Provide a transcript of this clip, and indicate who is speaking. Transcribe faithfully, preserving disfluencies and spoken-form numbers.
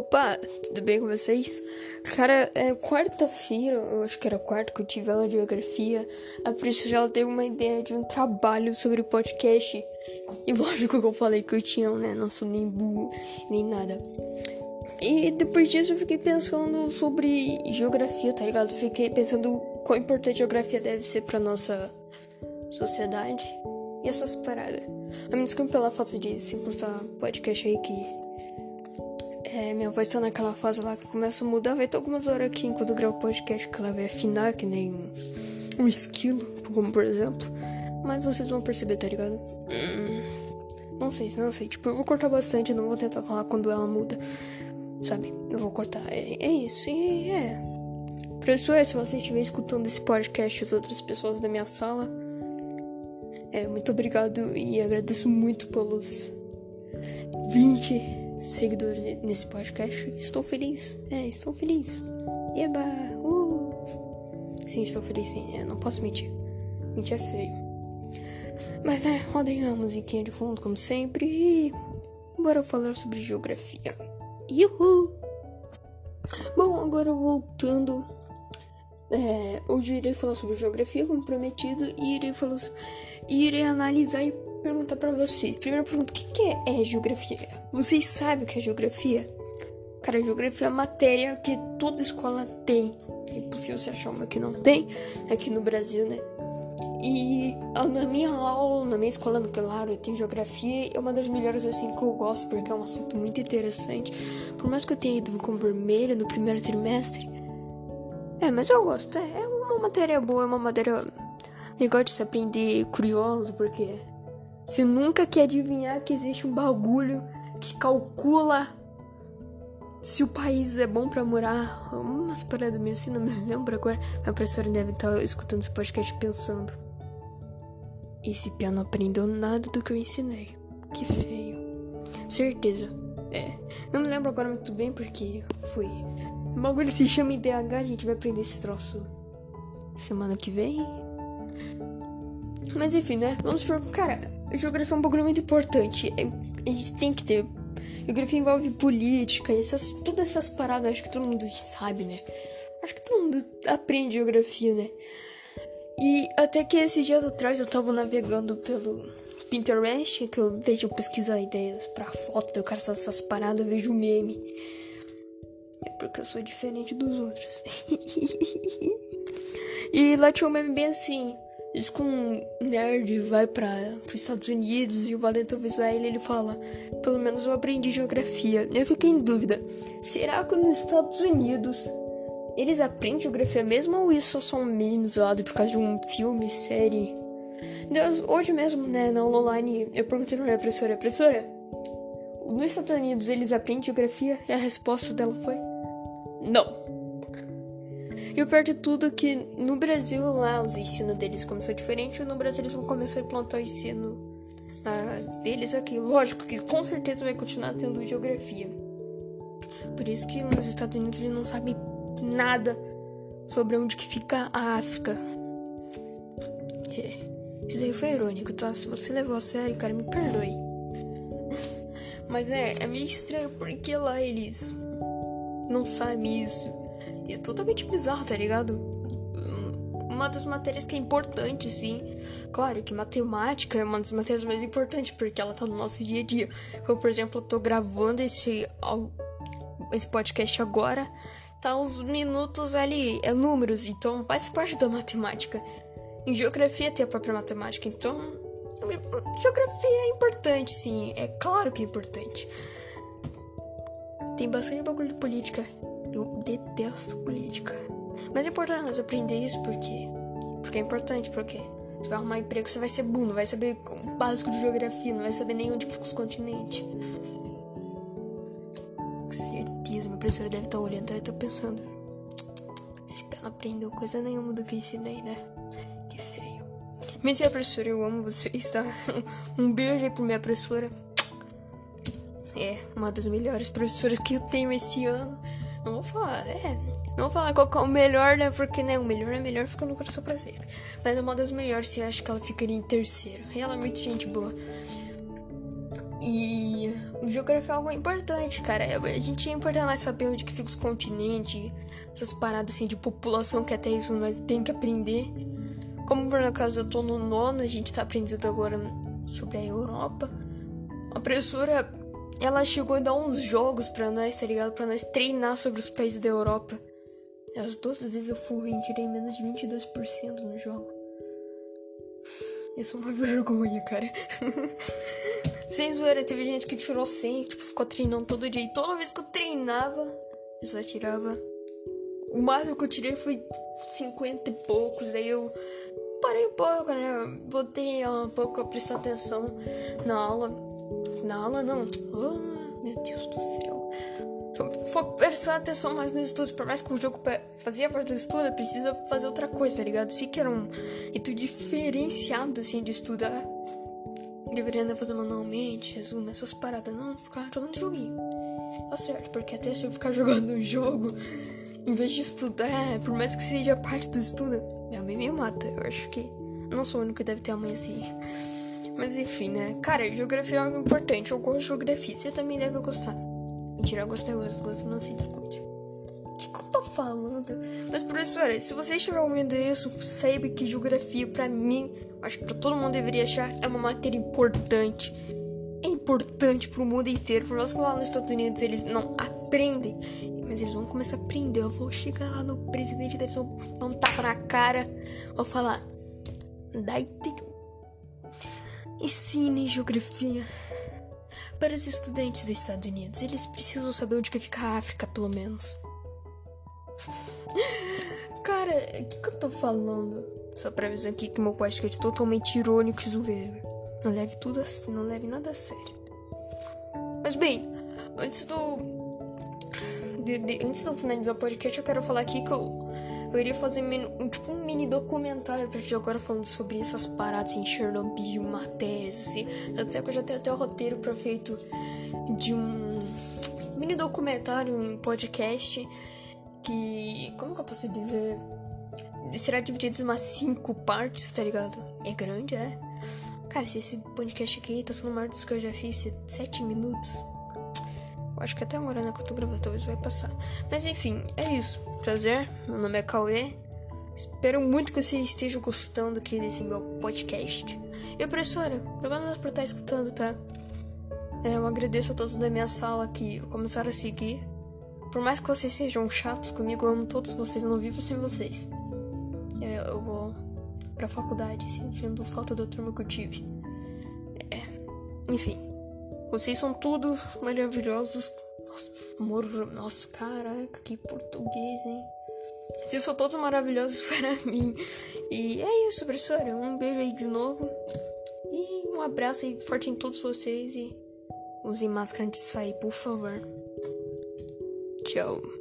Speaker 1: Opa, tudo bem com vocês? Cara, é quarta-feira, eu acho que era quarta que eu tive aula de geografia. A professora já teve uma ideia de um trabalho sobre o podcast. E lógico que eu falei que eu tinha, né? Não sou nem burro, nem nada. E depois disso eu fiquei pensando sobre geografia, tá ligado? Eu fiquei pensando quão importante a geografia deve ser pra nossa sociedade. E essas paradas. A me desculpa pela falta de se postar podcast aí que... É, minha voz tá naquela fase lá que começa a mudar. Vai ter algumas horas aqui enquanto eu gravo podcast que ela vai afinar, que nem um, um esquilo, como por exemplo. Mas vocês vão perceber, tá ligado? Hum, não sei, não sei. Tipo, eu vou cortar bastante, não vou tentar falar quando ela muda, sabe? Eu vou cortar. É, é isso, e é. Professor, se você estiver escutando esse podcast e as outras pessoas da minha sala, é, muito obrigado e agradeço muito pelos vinte seguidores nesse podcast. Estou feliz. É, estou feliz. Eba! Uh! Sim, estou feliz, sim. É, não posso mentir. Mentir é feio. Mas, né, rodem a musiquinha de fundo, como sempre. E bora falar sobre geografia. Uhul! Bom, agora voltando. É, hoje eu irei falar sobre geografia, como prometido. E irei falar. E irei analisar e perguntar pra vocês. Primeira pergunta, o que, que é, é geografia? Vocês sabem o que é geografia? Cara, geografia é uma matéria que toda escola tem. É impossível você achar uma que não tem aqui no Brasil, né? E na minha aula, na minha escola, claro, tem geografia. É uma das melhores assim que eu gosto, porque é um assunto muito interessante. Por mais que eu tenha ido com vermelho no primeiro trimestre. É, mas eu gosto. É, é uma matéria boa, é uma matéria legal de se aprender, curioso, porque... Você nunca quer adivinhar que existe um bagulho que calcula se o país é bom pra morar. Umas paradas meio assim, não me lembro agora. Minha professora deve estar escutando esse podcast pensando: esse piá não aprendeu nada do que eu ensinei. Que feio. Certeza. É. Não me lembro agora muito bem porque foi. O bagulho se chama I D H, a gente vai aprender esse troço semana que vem. Mas enfim, né? Vamos por... Cara... Geografia é um bagulho muito importante. A gente tem que ter. Geografia envolve política, essas, todas essas paradas. Acho que todo mundo sabe, né? Acho que todo mundo aprende geografia, né? E até que esses dias atrás eu tava navegando pelo Pinterest, que eu vejo pesquisar ideias pra foto. Eu quero essas paradas, eu vejo meme. É porque eu sou diferente dos outros. E lá tinha um meme bem assim. Diz que um nerd vai para os Estados Unidos e o Valentão avisar ele, ele fala: pelo menos eu aprendi geografia. Eu fiquei em dúvida, será que nos Estados Unidos eles aprendem geografia mesmo ou isso é só um meme zoado por causa de um filme, série? Deus, hoje mesmo, né, na aula online, eu perguntei pra minha professora: professora, nos Estados Unidos eles aprendem geografia? E a resposta dela foi: não. E o pior de tudo é que no Brasil lá os ensinos deles começou diferente. E no Brasil eles vão começar a implantar o ensino ah, deles aqui. Lógico que com certeza vai continuar tendo geografia. Por isso que nos Estados Unidos eles não sabem nada sobre onde que fica a África. É, isso aí foi irônico, tá? Se você levou a sério, cara, me perdoe. Mas é, é meio estranho porque lá eles não sabem isso. E é totalmente bizarro, tá ligado? Uma das matérias que é importante, sim. Claro que matemática é uma das matérias mais importantes, porque ela tá no nosso dia a dia. Eu, por exemplo, eu tô gravando esse, esse podcast agora. Tá uns minutos ali, é números, então faz parte da matemática. Em geografia tem a própria matemática, então... Geografia é importante, sim. É claro que é importante. Tem bastante bagulho de política. Eu detesto política. Mas é importante nós aprender isso porque Porque é importante, porque você vai arrumar emprego, você vai ser burro, não vai saber o básico de geografia, não vai saber nem onde fica os continentes. Com certeza, minha professora deve estar olhando, deve estar pensando: esse pé não aprendeu coisa nenhuma do que eu ensinei, né? Que feio. Mentira, professora, eu amo vocês, tá? Um beijo aí pra minha professora. É, uma das melhores professoras que eu tenho esse ano. Não vou falar, é, não vou falar qual que é o melhor, né, porque, né, o melhor é melhor, fica no coração pra sempre. Mas é uma das melhores, se eu acho que ela ficaria em terceiro. E ela é muito gente boa. E o geografia é algo importante, cara. A gente é importante nós saber onde que fica os continentes, essas paradas assim de população, que até isso nós tem que aprender. Como por acaso eu tô no nono, a gente tá aprendendo agora sobre a Europa. A professora, ela chegou a dar uns jogos pra nós, tá ligado? Pra nós treinar sobre os países da Europa. As duas vezes eu fui e tirei menos de vinte e dois por cento no jogo. Isso é uma vergonha, cara. Sem zoeira, teve gente que tirou cem, tipo, ficou treinando todo dia. E toda vez que eu treinava, eu só tirava. O máximo que eu tirei foi cinquenta e poucos. Daí eu parei um pouco, né? Voltei um pouco a prestar atenção na aula. Na aula, não. Oh, meu Deus do céu. Foi prestar atenção mais nos estudos. Por mais que o jogo fazia parte do estudo, precisa fazer outra coisa, tá ligado? Se que era um estudo diferenciado, assim, de estudar, deveria andar fazendo manualmente, resumo, essas paradas. Não ficar jogando joguinho. Tá certo, porque até se eu ficar jogando um jogo em vez de estudar, por mais que seja parte do estudo, minha mãe me mata. Eu acho que não sou o único que deve ter a mãe assim. Mas enfim, né? Cara, geografia é algo importante. Eu gosto de geografia. Você também deve gostar. Mentira, eu gosto, eu gosto. Gosto não se discute. O que, que eu tô falando? Mas, professora, se você estiver ouvindo isso, saiba que geografia, pra mim, acho que pra todo mundo deveria achar, é uma matéria importante. É importante pro mundo inteiro. Por mais que lá nos Estados Unidos eles não aprendem, mas eles vão começar a aprender. Eu vou chegar lá no presidente deles, vão dar um tapa na cara, vou falar: daí ensine geografia para os estudantes dos Estados Unidos. Eles precisam saber onde que fica a África, pelo menos. Cara, o que, que eu tô falando? Só pra avisar aqui que meu podcast é totalmente irônico e zoeiro. Não leve tudo assim, não leve nada a sério. Mas bem, antes do... De, de, antes de eu finalizar o podcast, eu quero falar aqui que eu, eu iria fazer um, tipo um mini documentário pra gente agora falando sobre essas paradas em Chernobyl, matérias, assim. Até que eu já tenho até o roteiro pra feito de um mini documentário, um podcast que... Como que eu posso dizer? Será dividido em umas cinco partes, tá ligado? É grande, é? Cara, se esse podcast aqui tá sendo o maior dos que eu já fiz, sete minutos... Eu acho que até agora, né, que eu tô gravando, talvez vai passar. Mas enfim, é isso. Prazer, meu nome é Cauê. Espero muito que vocês estejam gostando aqui desse meu podcast. E professora, obrigado por estar escutando, tá? É, eu agradeço a todos da minha sala que começaram a seguir. Por mais que vocês sejam chatos comigo, eu amo todos vocês, eu não vivo sem vocês. É, eu vou pra faculdade sentindo falta da turma que eu tive. É, enfim. Vocês são tudo maravilhosos. Nossa, amor, nossa, caraca, que português, hein? Vocês são todos maravilhosos para mim. E é isso, professora. Um beijo aí de novo. E um abraço aí forte em todos vocês. E usem máscara antes de sair, por favor. Tchau.